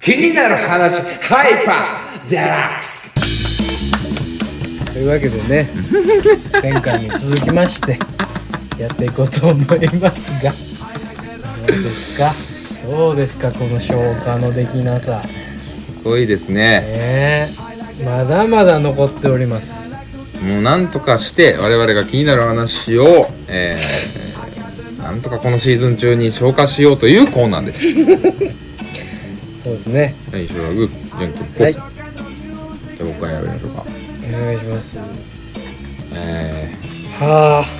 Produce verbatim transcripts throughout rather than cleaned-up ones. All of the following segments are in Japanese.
気になる話ハイパーデラックスというわけでね前回に続きましてやっていこうと思いますがどうですかどうですかこの消化のできなさ。 すごいですね。 ねえまだまだ残っております。 もうなんとかして我々が気になる話を、えー、なんとかこのシーズン中に消化しようというコーナーですそうですね。 はい、しょうがグー、じゃんけんぽん。 はい、 じゃあ僕からやりましょうか。 お願いします。 えはあ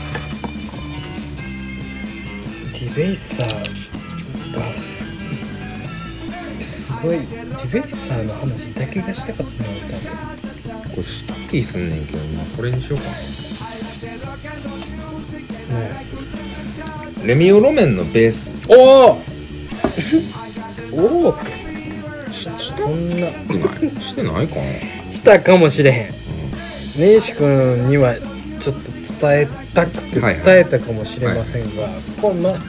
ディベイサーがすすごいディベイサーの話だけがしたかったの多分。 ー、これした気すんねんけどな。これにしようかな。レミオロメンのベース。 おおおおしそんなしてないしてないかな。 したかもしれへん。根岸君にはちょっと伝えたくて伝えたかもしれませんが、はいはい、こんない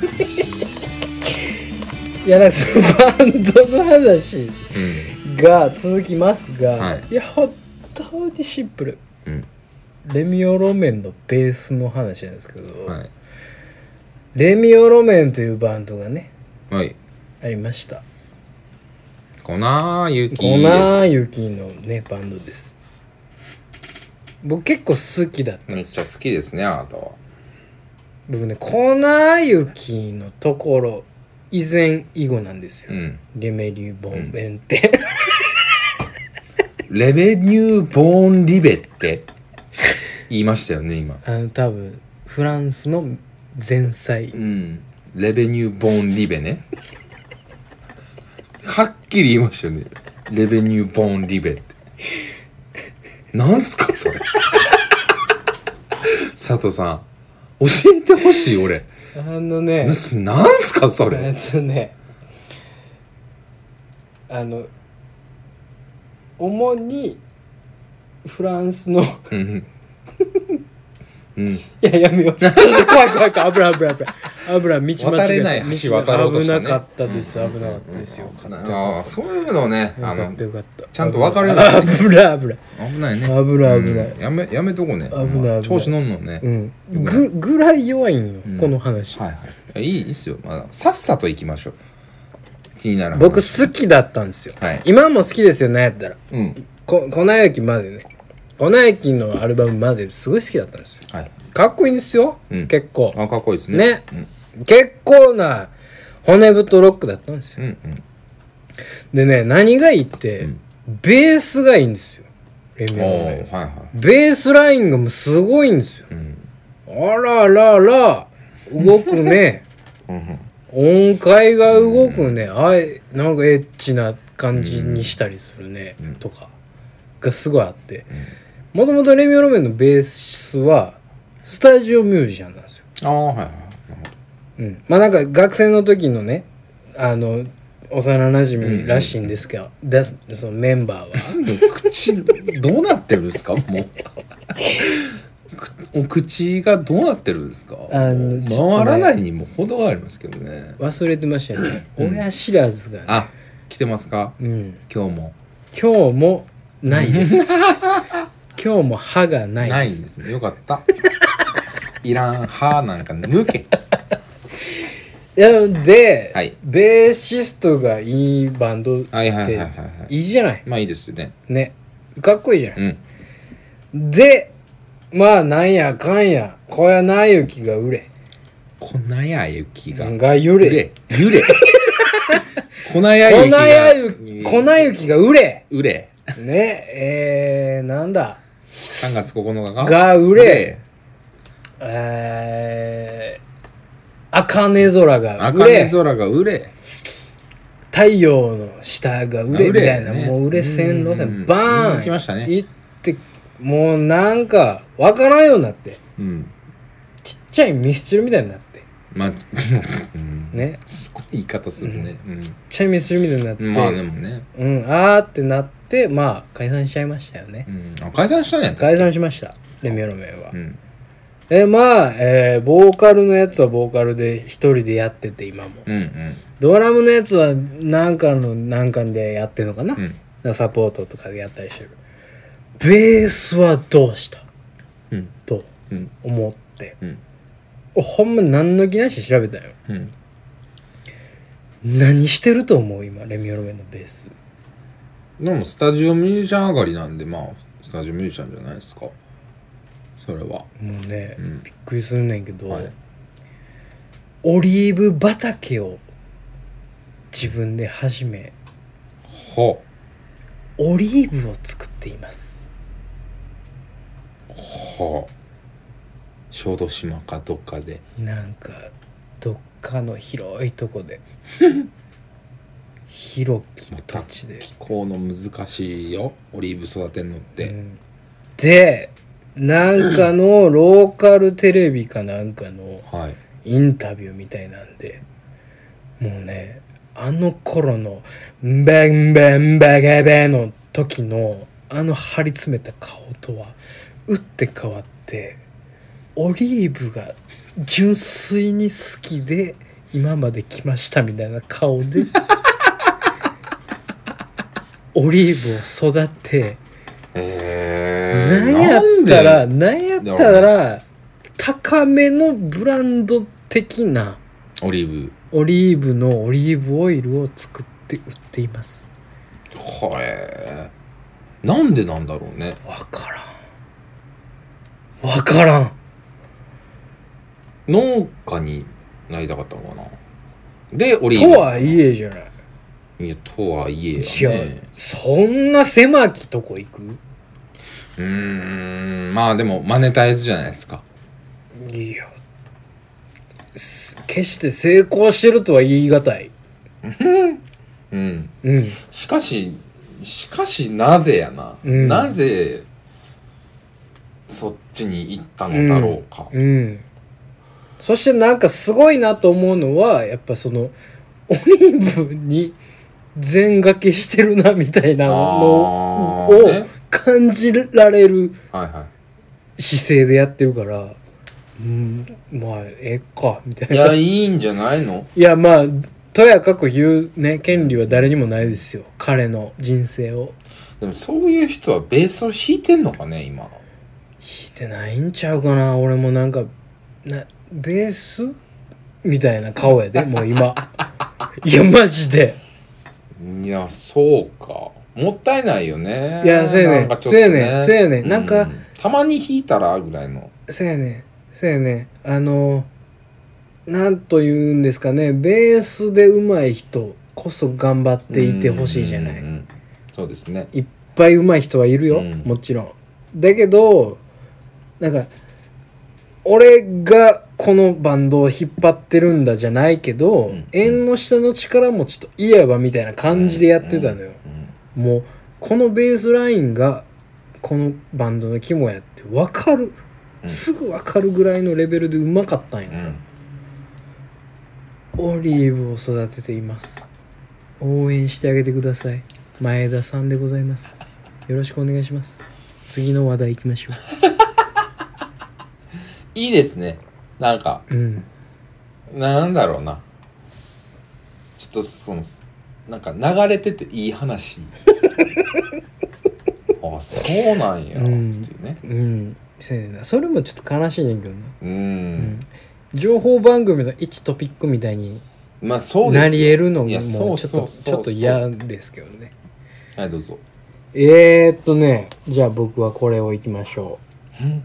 やなんかそのバンドの話が続きますが、うん、はい、いや本当にシンプル、うん、レミオロメンのベースの話なんですけど、はい、レミオロメンというバンドがね、はい、ありました。 粉雪粉雪のねバンドです。僕結構好きだったんです。 めっちゃ好きですねあなたは。 僕ね粉雪のところ以前以後なんですよ、うん、レメリューボンベンって、 うん、レベニューボーンリベって言いましたよね今。 あの多分フランスの前菜、 うん、レベニューボーンリベねはっきり言いましたよねレベニューボーンリベってなんすかそれ佐藤さん教えてほしい俺。 あのねなんすかそれ。 えっとねあの主にフランスのうん、いややめようちょっと怖い怖い怖い危ない危ない危ない危ない道間違えた。 渡れない橋渡ろうとしたね。 危なかったです、うん、危なかったですよ、うんうん、 ああそういうのねあのよかったちゃんと分かるようになって危ない危ない危ないね危ない危ない、 うん、やめやめとこね。 危ない危ない調子乗んのね、うん、 ぐ, ぐらい弱いんよ、うん、この話。 はいはいいいいいっすよ、まあ、さっさと行きましょう。気になる話。 僕好きだったんですよ、はい、今も好きですよねやったら、うん、こ粉雪までね粉雪のアルバムまですごい好きだったんですよ、はい、かっこいいんですよ、うん、結構あかっこいいですねね、うん、結構な骨太ロックだったんですよ、うんうん、でね何がいいって、うん、ベースがいいんですよレミオロメン、はいはい、ベースラインがもうすごいんですよ、うん、あららら動くね音階が動くね、うん、あいなんかエッチな感じにしたりするね、うん、とかがすごいあってもともとレミオロメンのベースはスタジオミュージシャンなんですよ。 ああはいはい、 うん、まあなんか学生の時のねあの幼なじみらしいんですけど、うんうん、そのメンバーは口どうなってるんですかもうお口がどうなってるんですか。あの回らないにも程がありますけどね。 忘れてましたよね、うん、親知らずが、ね、 あ来てますか、うん、今日も今日もないです今日も歯がないです。 ないんですね。よかったいらん歯なんか抜けいやで、はい、ベーシストがいいバンドっていいじゃない。 まあいいですよね。 ねかっこいいじゃない、うん、でまあなんやかんや粉雪が売れ粉雪がが揺れ揺れ粉雪が粉雪が売れ売れねえー、なんださんがつここのかがが売れえー、茜空が売れ茜空が売れ太陽の下が売れみたいな、ね、もう売れ線路線バーン行きましたね。 行ってもうなんかわからんようになって、うん、ちっちゃいミスチルみたいになってまあ、うん、ねすごい言い方するね、 うんうん、ちっちゃいミスチルみたいになってまあでもねうんあーってなってまあ解散しちゃいましたよね、 うん、あ解散したんやったっけ。 解散しましたレミオロメンは、うん、 えまあ、えー、ボーカルのやつはボーカルで一人でやってて今も、 うんうん、 ドラムのやつは何かの何かでやってるのかな、うん、サポートとかでやったりしてる。ベースはどうした、うん、と思って、うん、ほんま何の気なし調べたよ、うん、何してると思う今レミオロメンのベース。 でもスタジオミュージシャン上がりなんで、まあスタジオミュージシャンじゃないですかそれは。もうね、うん、びっくりするねんけど、はい、オリーブ畑を自分で始め、はオリーブを作っています。 はあ、小豆島かどっかで、 なんかどっかの広いとこで広き土地で、 気候の難しいよオリーブ育てんのって、うん、 でなんかのローカルテレビかなんかのインタビューみたいなんで、もうねあの頃のベンベンベゲベの時のあの張り詰めた顔とは打って変わって、オリーブが純粋に好きで今まで来ましたみたいな顔でオリーブを育て、えー、なんやったらなんやったら高めのブランド的なオリーブオリーブのオリーブオイルを作って売っています。 はえー、なんでなんだろうね。 わからんわからん。 農家になりたかったのかな。でオリーブとはいえじゃない。 いやとはいえやね。いやそんな狭きとこ行く。うーんまあでもマネタイズじゃないですか。 いや決して成功してるとは言い難いうん、うん、しかししかしなぜやな、うん、なぜそっちに行ったのだろうか、うんうん、 そしてなんかすごいなと思うのはやっぱそのオリーブに全掛けしてるなみたいなのを感じられる姿勢でやってるから、うん、まあええかみたいな。 いやいいんじゃないの。 いやまあとやかく言うね権利は誰にもないですよ彼の人生を。 でもそういう人はベースを弾いてんのかね今。弾いてないんちゃうかな。俺もなんかなベースみたいな顔やでもう今いやマジで。 いやそうかもったいないよね。 いやそうやねんそうやねんそうやねんなんか、うん、 たまに弾いたらぐらいの。 そうやねんそうやねあのなんというんですかねベースで上手い人こそ頑張っていてほしいじゃない。うんうんうん、 そうですねいっぱい上手い人はいるよ、うん、もちろんだけどなんか俺がこのバンドを引っ張ってるんだじゃないけど、うん、縁の下の力持ちといえばみたいな感じでやってたのよ、うんうんうん、もうこのベースラインがこのバンドの肝やって分かるすぐ分かるぐらいのレベルでうまかったんや、うん、オリーブを育てています。応援してあげてください。前田さんでございます。よろしくお願いします。次の話題行きましょういいですねなんか、うん、なんだろうなちょっとそのなんか流れてていい話あそうなんや、うん、っていうね、うんそれもちょっと悲しいねんけどな、うんうん、情報番組のいちトピックみたいになり得るのもちょっとちょっと嫌ですけどね。 はいどうぞ。 えーっとねじゃあ僕はこれをいきましょう。何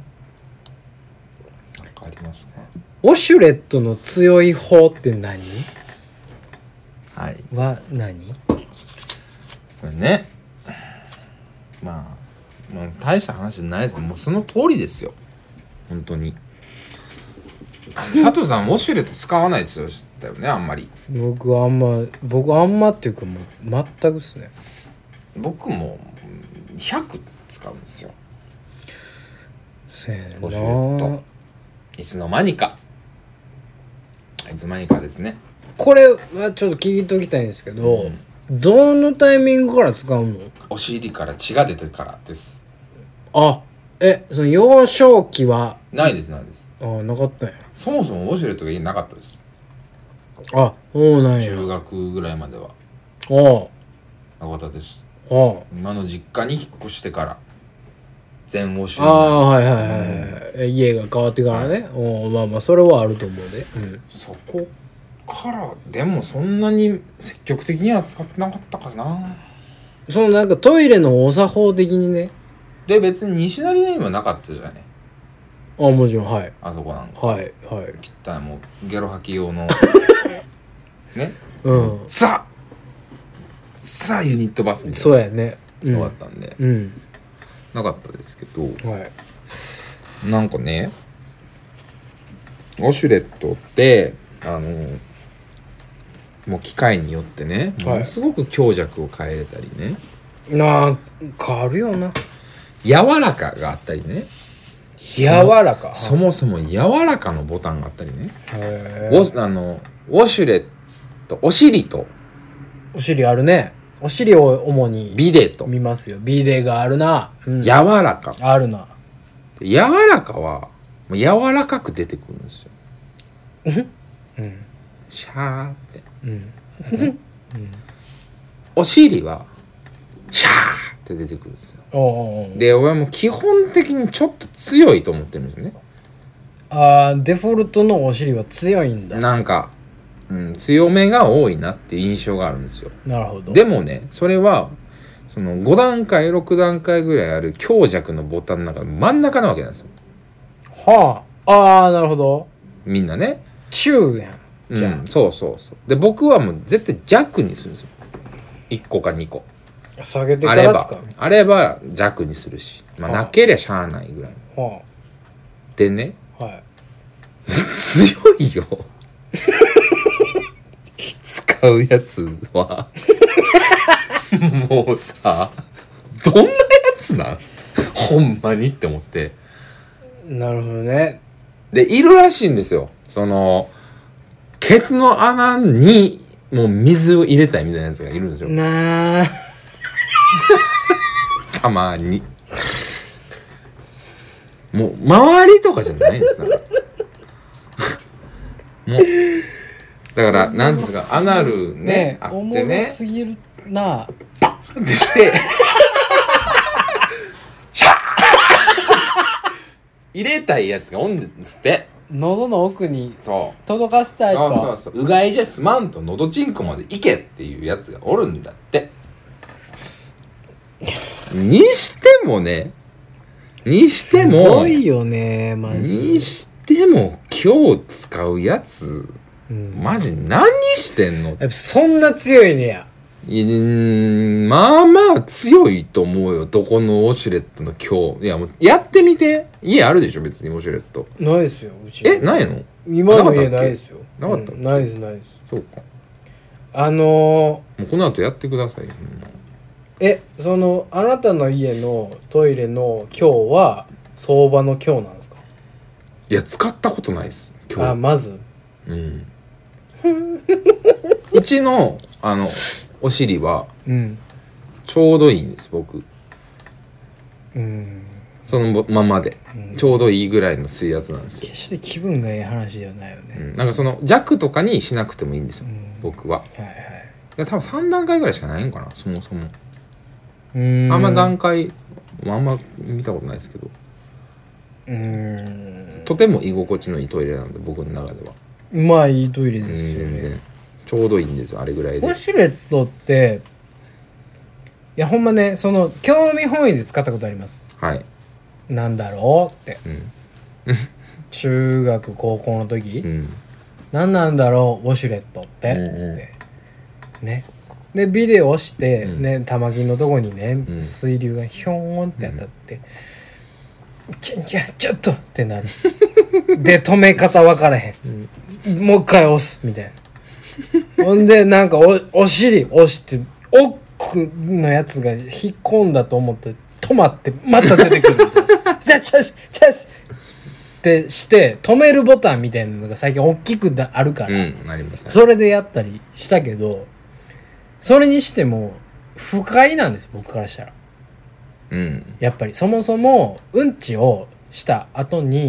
かありますか。 ウォシュレットの強い方って何？はいは何？ それねまあまあ、大した話じゃないです。もうその通りですよ本当に佐藤さんウォシュレット使わないって言ってたよねあんまり。 僕はあんま僕あんまっていうかもう全くっすね。 僕もひゃく使うんですよせーウォシュレット。いつの間にかいつの間にかですね。 これはちょっと聞いておきたいんですけど、うんどのタイミングから使うの？ お尻から血が出てからです。 あ、え、その幼少期はないですないです。 ああなかったんや。 そもそもウォシュレットが家になかったです。 あそうなんや。 中学ぐらいまではああなかったです。 ああ今の実家に引っ越してから全ウォシュああはいはいはい、はい、家が変わってからね、おまあまあそれはあると思うで、うん、 そこからでもそんなに積極的には使ってなかったかな。 そのなんかトイレのお作法的にね。 で別に西成にはなかったじゃない。 あもちろんはいあそこなんかはいはい汚いもうゲロ吐き用のねうんザザユニットバスみたいなそうやねのがあったんで、 うん、うん、 なかったですけど、 はい、 なんかねウォシュレットってあのもう機械によってねものすごく強弱を変えれたりね、 なあ変わるよな。 柔らかがあったりね。 柔らかそもそも柔らかのボタンがあったりね。 へウあのウォシュレットお尻とお尻あるね。お尻を主にビデと見ますよ。ビデがあるな、 うん、柔らかあるな。 柔らかは柔らかく出てくるんですよ。うん、シャーって、うんうん、お尻はシャーって出てくるんですよ。おうおうで俺はもう基本的にちょっと強いと思ってるんですよね。 あーデフォルトのお尻は強いんだ。 なんか、うん、強めが多いなっていう印象があるんですよ。 なるほど。 でもねそれはそのご段階ろく段階ぐらいある強弱のボタンの中で真ん中なわけなんですよ。 はあああなるほど。 みんなね中やんじゃあ、うん、そうそうそう。で僕はもう絶対弱にするんですよ。いっこかにこ下げてから使う。 あればあれば弱にするし、まあ、なけりゃしゃあないぐらい、はあ、でね、はい、強いよ使うやつはもうさどんなやつなんほんまにって思って。 なるほどね。 でいるらしいんですよ。そのケツの穴にもう水を入れたいみたいなやつがいるんですよ。なあたまにもう周りとかじゃないんですだからもうだからなんですかアナルねねあってねおもろすぎるなパッってしてシャー入れたいやつがおんですって。 喉の奥に届かせたいと。 そうそうそううがいじゃすまんと喉チンコまで行けっていうやつがおるんだってにしてもねにしてもすごいよねマジにしても今日使うやつ、うん、マジ何してんの。 やっぱそんな強いねや。 いまあまあ強いと思うよ。どこのウォシュレットの今日いやもうやってみて。家あるでしょ別にウォシュレット。 ないですようち。 えないの。 今の家ないですよ。 なかった、 うん、ないですないです。 そうか。 あのー、 もうこの後やってくださいよ。 えそのあなたの家のトイレの今日は相場の今日なんですか。 いや使ったことないです今日。あまずうんうちのあのお尻はちょうどいいんです僕。うんそのままで、うん、ちょうどいいぐらいの水圧なんですよ。 決して気分がいい話ではないよね、 うん、なんかその弱とかにしなくてもいいんですよ、うん、僕は、はいはい、いや多分さん段階ぐらいしかないんかなそもそも。うーんあんま段階あんま見たことないですけどうーんとても居心地のいいトイレなんで僕の中ではまあいいトイレですよね。 全然ちょうどいいんですよあれぐらいで。 ウォシュレットっていやほんまねその興味本位で使ったことあります。はいなんだろうって、うん、中学高校の時、うん、何なんだろうウォシュレットって、うんうん、つってねでビデオ押して、うん、ね玉金のとこにね、うん、水流がヒョーンって当たって、うん、ちょちょちょっとってなるで止め方分からへん、うん、もう一回押すみたいなほんでなんか お, お尻押して奥のやつが引っ込んだと思って止まってまた出てくるチャスチャスチャスってして止めるボタンみたいなのが最近大きくあるから、うんありますね、それでやったりしたけどそれにしても不快なんです僕からしたら、うん、やっぱりそもそもうんちをした後に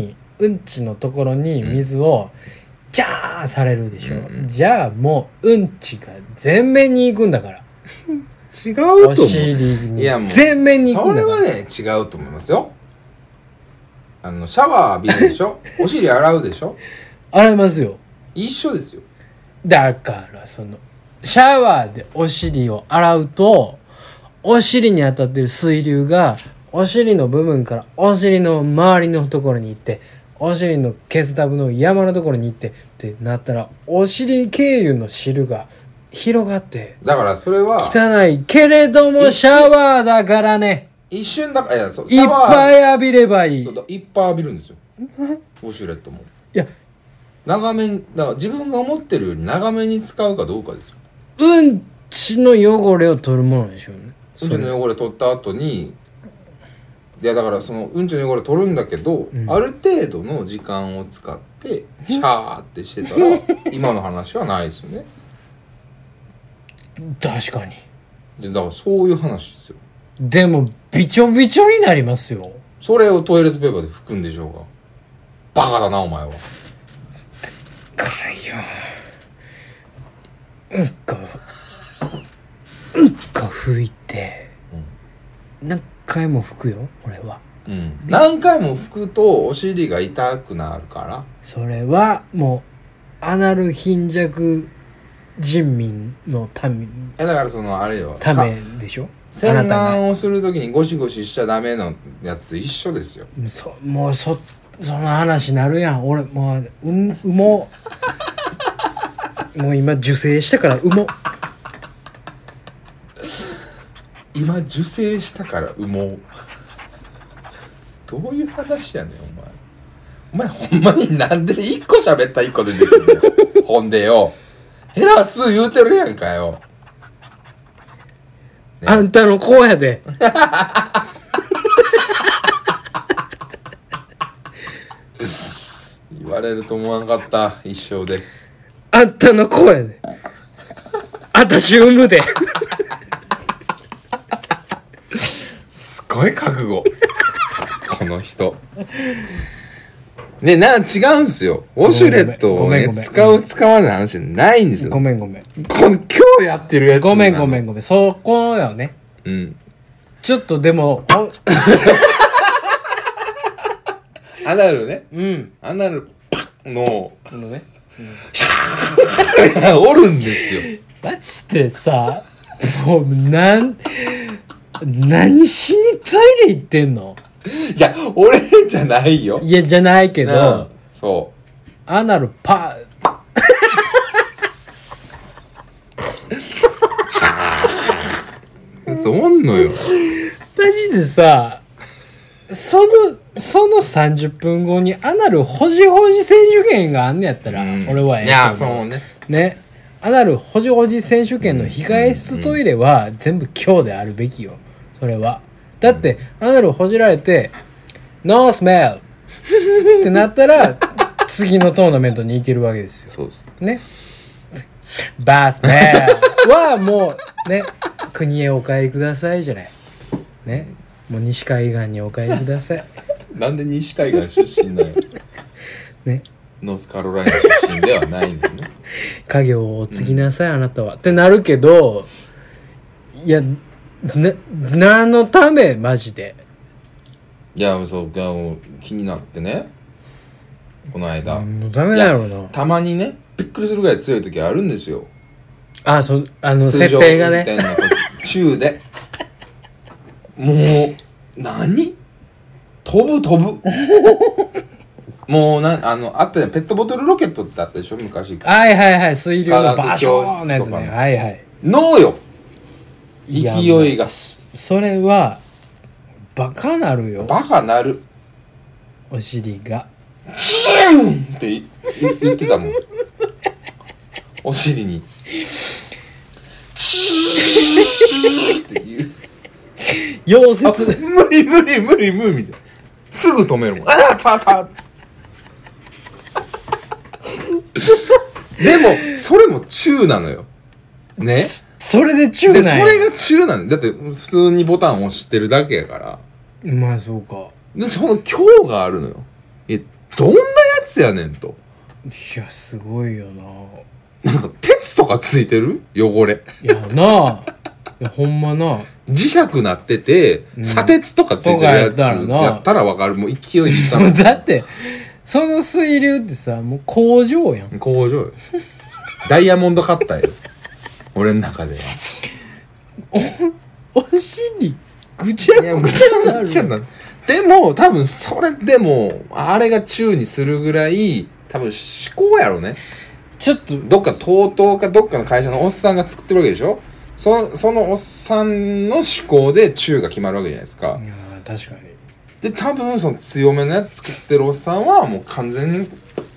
うんちのところに水をジャーされるでしょ、うん、じゃあもううんちが全面に行くんだから違うと思う。 お尻に全面に行くんだから。 それはね違うと思いますよ。あのシャワー浴びるでしょお尻洗うでしょ洗いますよ。 一緒ですよ。 だからそのシャワーでお尻を洗うとお尻に当たってる水流がお尻の部分からお尻の周りのところに行ってお尻のケツタブの山のところに行ってってなったらお尻経由の汁が広がってだからそれは汚いけれどもシャワーだからね一瞬だからいやそういっぱい浴びればいい。 そういっぱい浴びるんですよウォシュレットも。 いや長めにだから自分が思ってるより長めに使うかどうかですよ。 うんちの汚れを取るものでしょうね。 うんちの汚れ取った後にいやだからそのうんちの汚れ取るんだけど、うん、ある程度の時間を使ってシャーってしてたら今の話はないですよね。 確かに。 でだからそういう話ですよ。 でもびちょびちょになりますよ。 それをトイレットペーパーで拭くんでしょうが。バカだなお前は。 だからようんかうんか拭いて、うん、何回も拭くよ俺は、 うん、何回も拭くとお尻が痛くなるから。 それはもうアナル貧弱人民のためだからそのあれよためでしょ。 洗顔をするときにゴシゴシしちゃダメのやつと一緒ですよ。 そもうそその話になるやん。俺もううんうももう今受精したからうも今受精したからうもうどういう話やねんお前。お前ほんまになんでいっこ喋ったらいっこ出てくるのよほんでよヘラス言うてるやんかよ、 ね、あんたの子やで言われると思わんかった一生で。 あんたの子やであたし産むですごい覚悟この人ね、な、違うんすよ。ウォシュレットをね、使う使わない話じゃないんですよ。 ごめんごめん。 この今日やってるやつ。 ごめんごめんごめん。そこよね。 うん。 ちょっとでも、 アナルね。 うん。 アナルの、 あのね。 うん、おるんですよ。 マジでさ、もう、なん、何しにトイレ行ってんの？ いや、俺じゃないよ。 いや、じゃないけど、うん、 そう。 アナルパやつおんのよ。 マジでさ、その、そのさんじゅっぷんごにアナルほじほじ選手権があんねやったら、うん、俺はええけど。 いや、そうね。 ね。アナルほじほじ選手権の控え室トイレは全部今日であるべきよ。それは。だって、アナルほじられて、ノースメルってなったら、次のトーナメントに行けるわけですよ。 そうです。 ね。バースメルはもう、ね、国へお帰りくださいじゃない。ね。もう西海岸にお帰りください。 なんで西海岸出身だよ。 ね。 ノースカロライナ出身ではないんだよね。 家業を継ぎなさい、うん、あなたは。ってなるけど、いや、な、何のためマジで。 いや、そう、気になってね。この間。 何のためだろうな。 たまにね、びっくりするぐらい強い時あるんですよ。 あ、そう、あの、設定がね。 中で。もう、何飛ぶ飛ぶ。もうな、あの、あったじゃん。ペットボトルロケットってあったでしょ昔。 はいはいはい。水流の場所のやつね。はいはい。 ノーよ勢いが。 それは、バカなるよ。 バカなる。 お尻が。 チーンって言ってたもん。お尻に。チーンって言う。 溶接。 無理無理無理無理みたいな。すぐ止めるもん。ああたたでもそれも中なのよね。 それで中なんや。 それが中なの。だって普通にボタンを押してるだけやから。 まあそうか。 でその強があるのよ。えどんなやつやねんと。 いやすごいよな。 なんか鉄とかついてる汚れ。 いやな。いやほんまな。 磁石なってて、うん、砂鉄とかついてるやつやったらわかる。もう勢いにしたらだってその水流ってさもう工場やん。 工場よ。ダイヤモンドカッターよ。俺の中では。 お、お尻ぐちゃぐちゃぐちゃなる。 でも多分それでもあれが宙にするぐらい多分思考やろね。 ちょっとどっか トートー かどっかの会社のおっさんが作ってるわけでしょ。そ, そのおっさんの思考で宙が決まるわけじゃないですか。 いや確かに。 で多分その強めのやつ作ってるおっさんはもう完全にも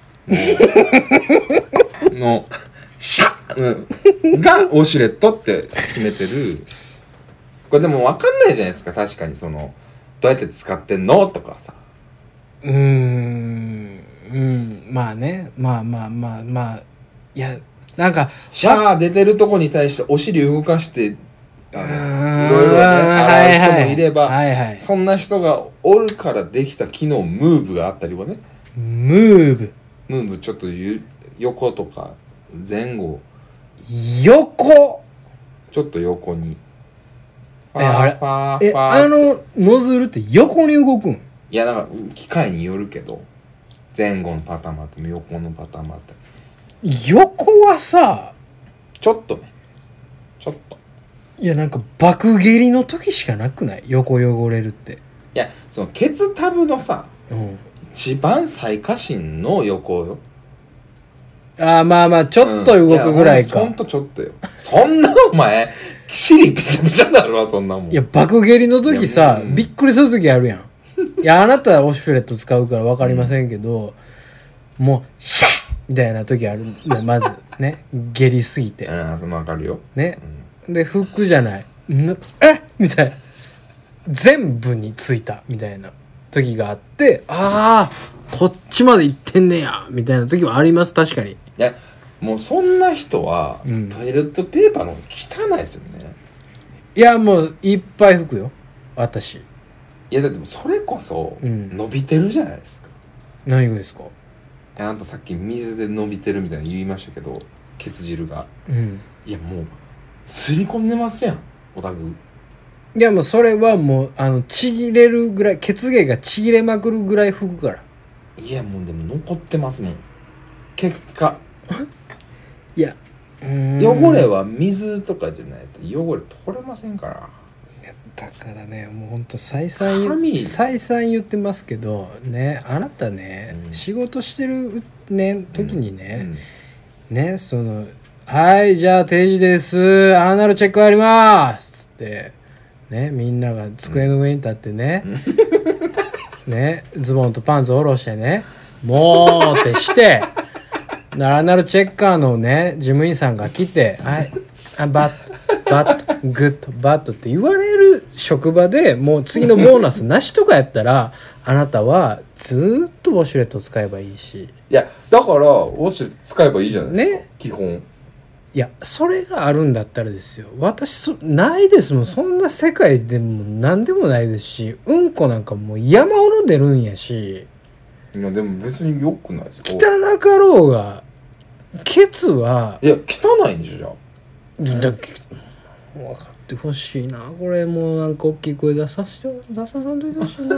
うのシャッがウォシュレットって決めてる。これでも分かんないじゃないですか。確かにそのどうやって使ってんのとかさ。 うーんうんまあねまあまあまあまあいやなんかシャー出てるとこに対してお尻動かしてあのいろいろね洗う人もいれば、はいはいはいはい、そんな人がおるからできた機能ムーブがあったりはね。 ムーブムーブちょっと横とか前後横ちょっと横にえあれえあのノズルって横に動くん？ いやなんか機械によるけど前後のパターンもあっても横のパターンもあったり横はさちょっとねちょっといやなんか爆蹴りの時しかなくない？横汚れるって。いやそのケツタブのさ、 うん、 一番最下心の横よ。 ああまあまあちょっと動くぐらいか、 うん、ほんとちょっとよ。そんなお前尻ピチャピチャだろそんなもん。 いや爆蹴りの時さ、うん、びっくりする時あるやん。いやあなたはウォシュレット使うから分かりませんけど、うん、もうシャッみたいな時あるね。まずね下痢すぎてうん分かるよね、うん、で服じゃないえみたいな全部についたみたいな時があってああこっちまで行ってんねやみたいな時はあります。確かに。いやもうそんな人は、うん、トイレットペーパーの汚いですよね。 いやもういっぱい拭くよ私。 いやだってそれこそ伸びてるじゃないですか、 うん、何がですか？ あんたさっき水で伸びてるみたいな言いましたけどケツ汁が、うん、いやもうすり込んでますやんオタク。 いやもうそれはもうあのちぎれるぐらい血芸がちぎれまくるぐらい拭くから。 いやもうでも残ってますもん結果。 いやうーん汚れは水とかじゃないと汚れ取れませんから。 だからねもうほんと再三再三言ってますけどねあなたね、うん、仕事してるね時にね、うんうん、ねそのはいじゃあ定時ですアナルチェックありますつってねみんなが机の上に立ってね、うん、ねズボンとパンツ下ろしてねもうってしてアナルチェッカーのね事務員さんが来てはいあバッバットグッドバットって言われる職場でもう次のボーナスなしとかやったらあなたはずっとウォシュレット使えばいいし。 いやだからウォシュレット使えばいいじゃないですか、ね、基本。いやそれがあるんだったらですよ私そないですもん。そんな世界でも何でもないですしうんこなんかもう山ほど出るんやし。 いやでも別に良くないですか？ 汚かろうがケツはいや汚いんでしょ。じゃあだ分かってほしいなこれ。もうなんか大きい声出させて出ささんといてほしいな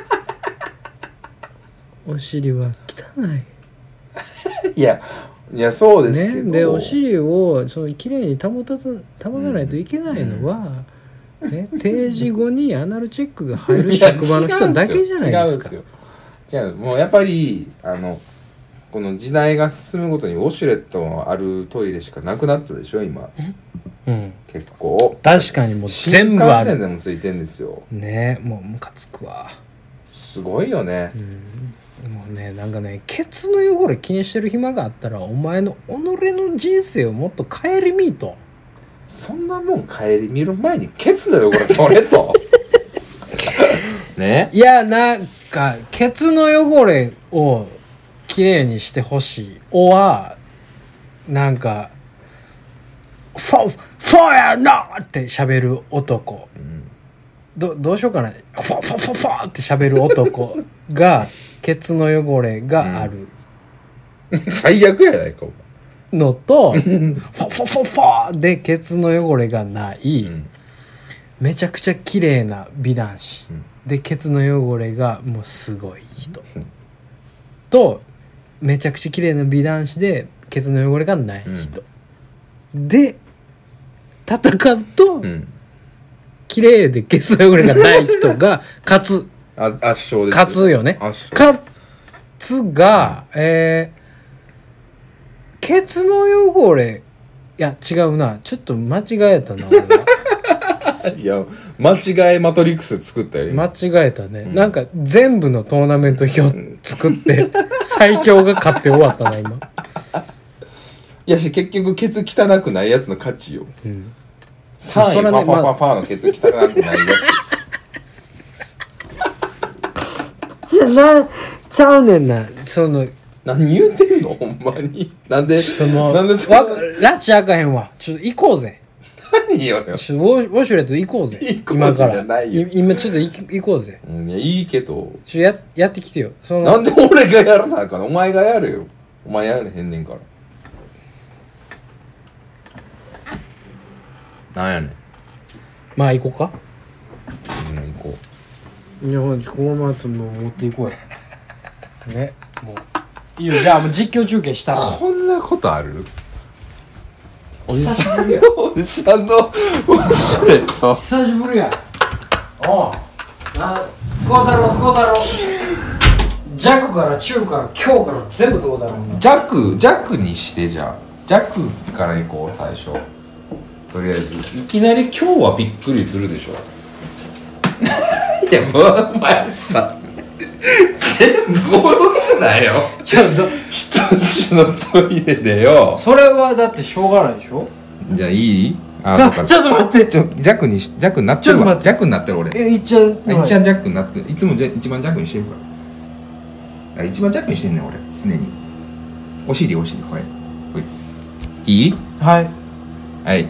お尻は汚い。 いやいやそうですけど、 ね、でお尻をその綺麗に保た保たないといけないのは、うんね、定時後にアナルチェックが入る職場の人だけじゃないですか。 違うんですよ。違うもうやっぱりあのこの時代が進むごとにウォシュレットのあるトイレしかなくなったでしょ今。うん、結構確かにもう全部ある。 新幹線でもついてんですよね。もうムカつくわ。 すごいよね、 うん、もうねなんかねケツの汚れ気にしてる暇があったらお前の己の人生をもっと顧みと。 そんなもん顧みる前にケツの汚れ取れとね。 いやなんかケツの汚れをきれいにしてほしいおはなんかフォーフォーやなって喋る男、うん、ど, どうしようかなフォーフォーフォーフォーって喋る男がケツの汚れがある、 うん、最悪やないかお前のとフォフォフォフォでケツの汚れがない、うん、めちゃくちゃ綺麗な美男子、うん、でケツの汚れがもうすごい人、うん、とめちゃくちゃ綺麗な美男子でケツの汚れがない人、うん、で戦うと、うん、綺麗でケツの汚れがない人が勝つあ圧勝です勝つよね勝つが、うん、えー、ケツの汚れいや違うなちょっと間違えたないや間違えマトリックス作ったよ間違えたね、うん、なんか全部のトーナメント表作って最強が勝って終わったな今いやし結局ケツ汚くないやつの勝ちよ、うん、さんい、ね、ファファファファのケツ汚くないやつじゃなちゃうねんなその何言うてんのほんまになんでちょっともうなんでそわラチあかへんわちょっと行こうぜ何よちょウォウォシュレット行こうぜ行こう今からじゃないよ今ちょっと行こうぜ、 うん、いやいいけどちょ や, やってきてよそのなんで俺がやらなあかんのお前がやるよお前やれへんねんからなんやねんまあ行こうかうん行こういやほんとこのままと持っていこうやねもういいよじゃあもう実況中継したらこんなことあるおじさんおじさんのウォシュレット久しぶりやおうなスコ太郎スコ太郎弱から中から強から全部スコ太郎弱弱にしてじゃあ弱からいこう最初とりあえずいきなり今日はびっくりするでしょいやもうお前さ全部下ろすなよちょっと人んちのトイレでよそれはだってしょうがないでしょじゃあいいああちょっと待ってちょ弱に弱になってるわ弱になってる俺えいっちゃんいっちゃん弱になっていつもじゃ一番弱にしてるから一番弱にしてんねん俺常にお尻お尻はいほいいいはいはい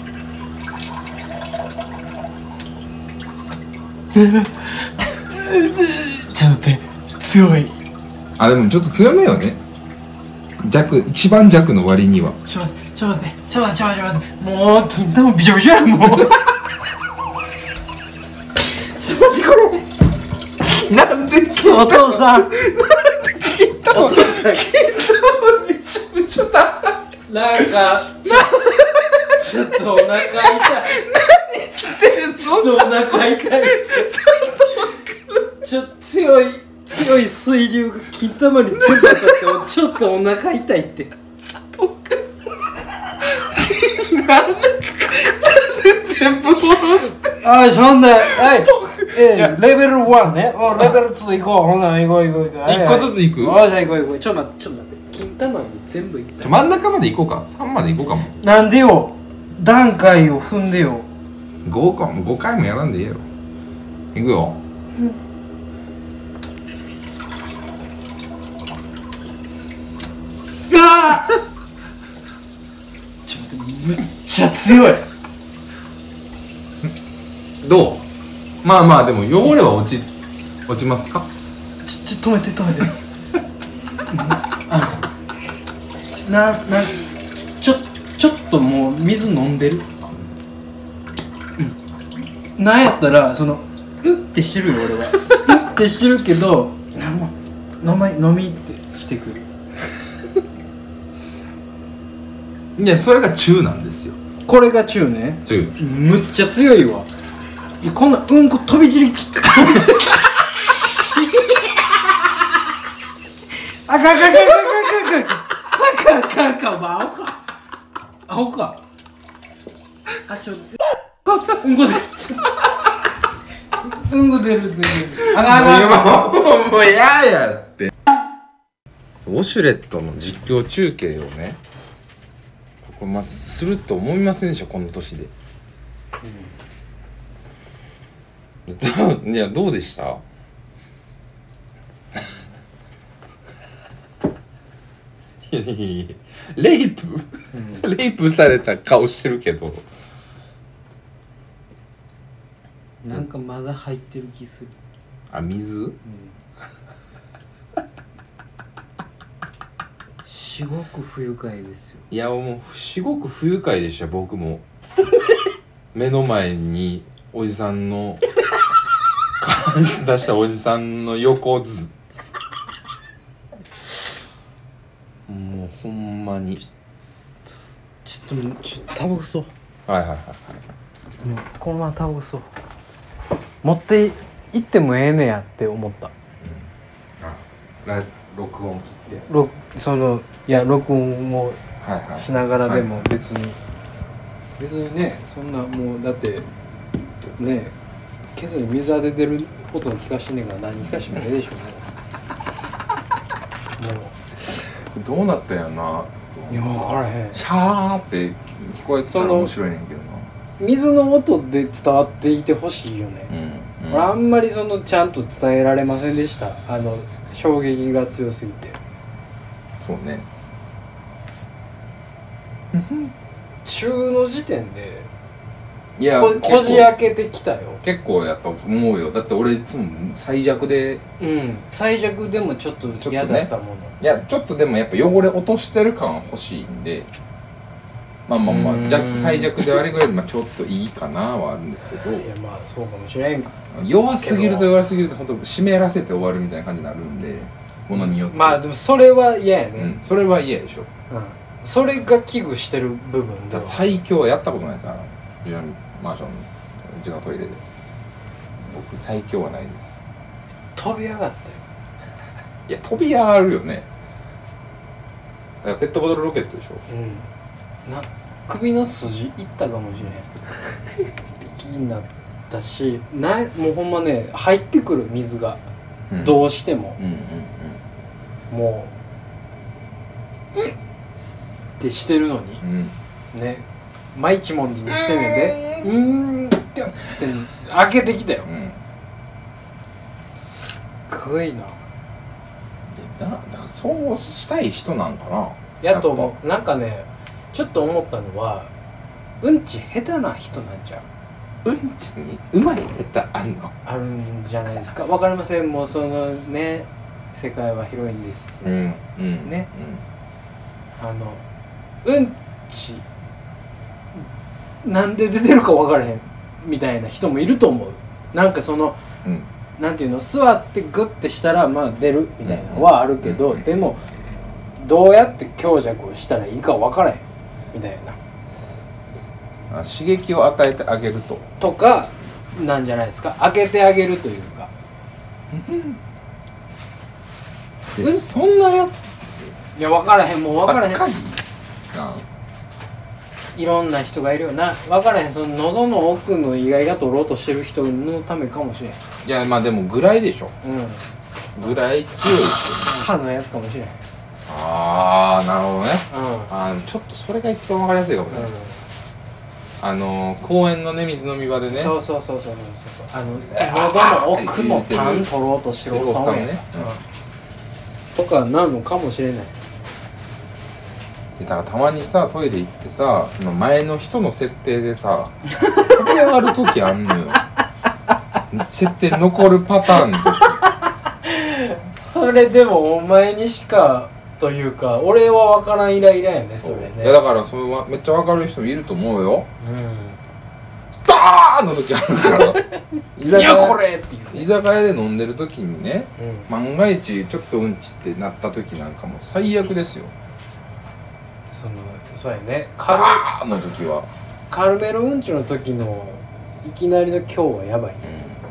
ちょっと待って強いあでもちょっと強めよね弱一番弱の割にはちょっと待ってちょっと待ってちょっと待ってちょっと待ってもう金玉びしょびしょやんもうちょっと待ってこれなんでお父さんなんで金玉お父さん金玉びしょびしょだなんかちょっとお腹痛い何してんのちょっとお腹痛いちょっと強い強い水流が金玉についてかってちょっとお腹痛いって佐藤君なんで全部下ろしてああそんなはいえー、レベルワンねおレベルツー行こうほな行こう行こう行こう一個ずつ行くあじゃあ行こう行こうちょっと待ってちょっと待って金玉に全部行った真ん中まで行こうかさんまで行こうかもなんでよ段階を踏んでよごかもごかいもやらんでいいやろ行くよ、うんうわちょっと待ってむっちゃ強いどうまあまあでも汚れは落ち落ちますかちょちょ止めて止めてあななちょちょっともう水飲んでるうんなんやったらそのうってしてるよ俺はうってしてるけどなんも飲み飲みってしてくるいやそれが中なんですよこれが中ね中むっちゃ強いわいやこんなうんこ飛び散りきったあかんあかんあかんあかんあかんあかんあかんあかんあかんアホかアホかあちょうんこ出るうんこ出る出るあかんあかんもうもうややってウォシュレットの実況中継をねこれまずすると思いませんでしょこの年で、うん、いやどうでしたいやいやいやレイプ、うん、レイプされた顔してるけどなんかまだ入ってる気するあ水、うん、 至極不愉快ですよ。 いやもう至極不愉快でした僕も目の前におじさんの下半身出したおじさんの横図もうほんまにちょっとちょっとタバコ吸おう。 はいはいはいはいもうこのままタバコ吸おう。持って行ってもええねやって思った、うん、 あラ録音切って録そのいや録音をしながらでも別に、はいはい、別にねそんなもうだってねケツに水当ててる音を聞かしてんねんから何聞かしてもええでしょうねもうどうなったんやな。 いや分からへん。 シャーって聞こえてたら面白いねんけどな。 水の音で伝わっていてほしいよね、うんうん、俺あんまりそのちゃんと伝えられませんでした。あの衝撃が強すぎて。 そうね中の時点でいやここじ開けてきたよ。 結構やと思うよ。だって俺いつも最弱でうん最弱でもちょっと嫌だったもの、ね、 いやちょっとでもやっぱ汚れ落としてる感欲しいんでまあまあまあじゃ最弱であれぐらいでまあちょっといいかなはあるんですけどいやまあそうかもしれん。 弱すぎると弱すぎると本当湿らせて終わるみたいな感じになるんでものによってまあでもそれは嫌やね、 うん、それは嫌でしょ、うん、 それが危惧してる部分では最強はやったことないですあのうちのマンションうちのトイレで僕最強はないです。 飛び上がったよ。 いや飛び上がるよね。だからペットボトルロケットでしょ。 うんな首の筋いったかもしれへん気になったしなもうほんまね入ってくる水が、うん、どうしても、うんうんうん、もううんってしてるのに、うん、ねマイチモンジにしてんねんでうーんって開けてきたよ、うん、すっごいな。 だだからそうしたい人なんかな。 やと思う。なんかねちょっと思ったのはうんち下手な人なんちゃう。うんちにうまい下手あんのあるんじゃないですか。わかりません。もうそのね世界は広いんです、うんうん、ね、うん、あのうんちなんで出てるか分からへんみたいな人もいると思う。なんかその、うん、なんていうの座ってグッてしたらまあ出るみたいなのはあるけど、うんうん、でもどうやって強弱をしたらいいか分からへんみたいな。あ刺激を与えてあげるととかなんじゃないですか。開けてあげるというかうん、そんなやついや分からへんもう分からへんな。 いろんな人がいるよな。分からへん。その喉の奥の意外が取ろうとしてる人のためかもしれん。いやまあでもぐらいでしょ。うんぐらい強いし歯のやつかもしれん。 ああなるほどね、うん、あちょっとそれが一番分かりやすいかもね、うん、あの公園のね水飲み場でねそうそうそうそうそうそうあの喉の奥のタン取ろうとしてるおっさんね、うん、とかなるのかもしれない。 でだからたまにさトイレ行ってさその前の人の設定でさ飛び上がる時あんのよ設定残るパターンの時それでもお前にしかというか俺は分からんイライラやねそれね。 いやだからそれはめっちゃ分かる人もいると思うよ。うんダーンの時あるから居酒屋いやこれっていう、ね、居酒屋で飲んでる時にね、うん、万が一ちょっとうんちってなった時なんかもう最悪ですよ。 そのそうやねカルあーの時はカルメロうんちの時のいきなりの今日はやばいね、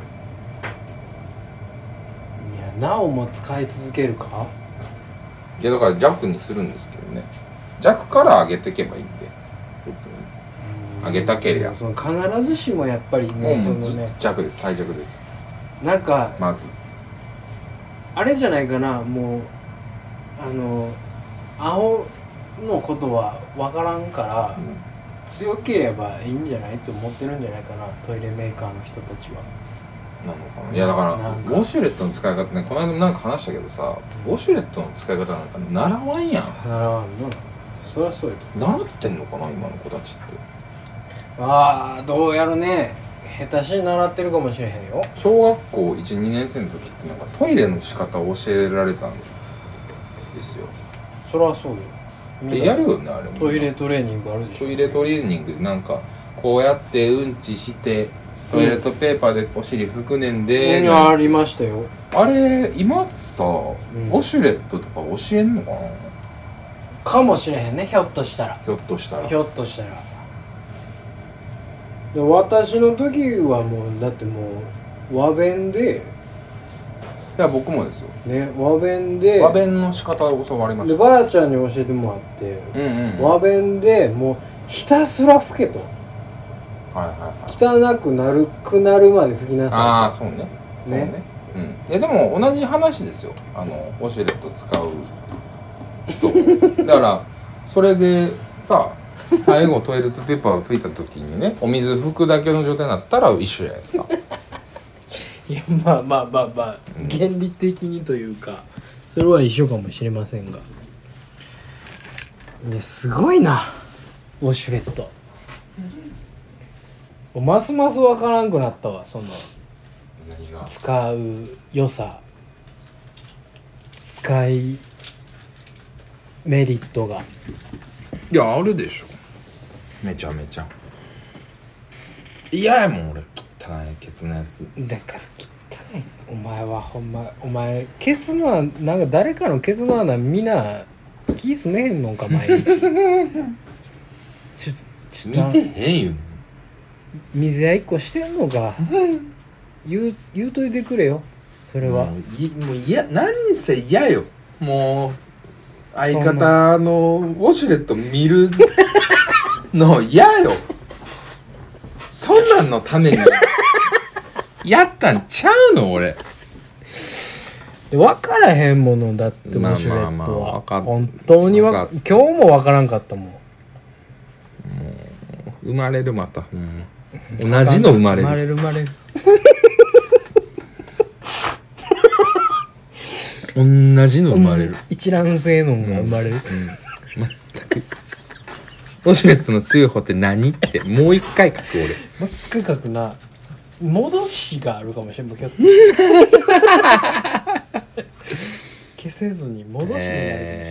うん、いやなおも使い続けるか。 いやだから弱にするんですけどね。弱から上げていけばいいんで別に上げたけりゃその必ずしもやっぱりねもうそのね弱です最弱です。 なんかまずあれじゃないかなもうあの青のことは分からんから、うん、強ければいいんじゃないって思ってるんじゃないかなトイレメーカーの人たちは。 なのかな。いやだからウォシュレットの使い方ねこの間もなんか話したけどさウォシュレットの使い方なんか習わんやん。 習わんのそりゃそうよ。 習ってんのかな今の子たちって。 ああどうやるね下手しに習ってるかもしれへんよ。 小学校いちにねん生の時ってなんかトイレの仕方を教えられたんですよ。 そりゃそうよ。 やるよねあれも。 トイレトレーニングあるでしょ。 トイレトレーニングなんかこうやってうんちしてトイレットペーパーでお尻拭くねんで、 うん、ありましたよ。 あれ今さ、うん、ウォシュレットとか教えんのかな。 かもしれへんね、ひょっとしたらひょっとしたらひょっとしたらで私の時はもうだってもう和弁で、 いや僕もですよね、和弁で和弁の仕方を教わりました。 でばあちゃんに教えてもらって、うんうんうん、和弁でもうひたすら拭けと、はいはいはい、汚くなるくなるまで拭きなさいと。 ああそうねそうね、ね、うん、いやでも同じ話ですよ、あのウォシュレット使う人だからそれでさ最後トイレットペーパーを拭いた時にねお水拭くだけの状態になったら一緒じゃないですか。 いやまあまあまあまあ、うん、原理的にというかそれは一緒かもしれませんが、いやすごいなウォシュレット、うん、ますます分からんくなったわ、その何が使う良さ、使いメリットが。 いやあるでしょ、めちゃめちゃ嫌やもん俺汚いケツのやつだから汚い。お前はほんまお前ケツの穴なんか誰かのケツの穴みんな気すめへんのか毎日ちょちょ見てへんよね、 水や一個してんのか言う言うといてくれよそれは。 もういもういや何にせ嫌よ、もう相方のウォシュレット見るの嫌よ。そんなんのためにやったんちゃうの俺。 で分からへんものだってウォシュレットは、まあまあ、本当にわ今日も分からんかったもん。もう生まれるまた、うん、同じの生まれる生まれる生まれる同じの生まれる、うん、 一卵性のが生まれる、うんうん、 全くウォシュレットの強い方って何ってもう一回書く俺。 もう一回書くな。戻しがあるかもしれんもんひょっと消せずに戻しになる、えー